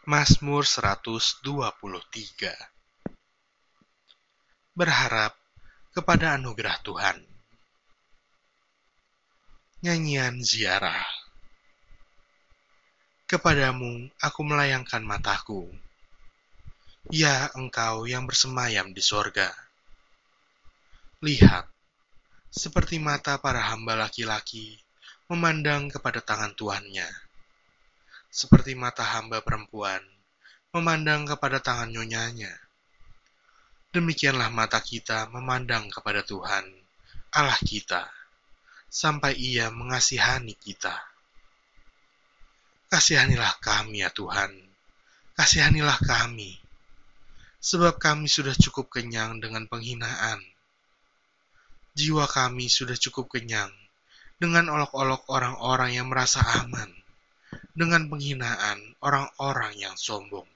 Mazmur 123. Berharap kepada anugerah Tuhan. Nyanyian ziarah. Kepadamu aku melayangkan mataku, ya Engkau yang bersemayam di sorga. Lihat, seperti mata para hamba laki-laki memandang kepada tangan tuannya, seperti mata hamba perempuan memandang kepada tangan nyonyanya. Demikianlah mata kita memandang kepada Tuhan, Allah kita, sampai Ia mengasihani kita. Kasihanilah kami ya Tuhan, kasihanilah kami, sebab kami sudah cukup kenyang dengan penghinaan. Jiwa kami sudah cukup kenyang dengan olok-olok orang-orang yang merasa aman, dengan penghinaan orang-orang yang sombong.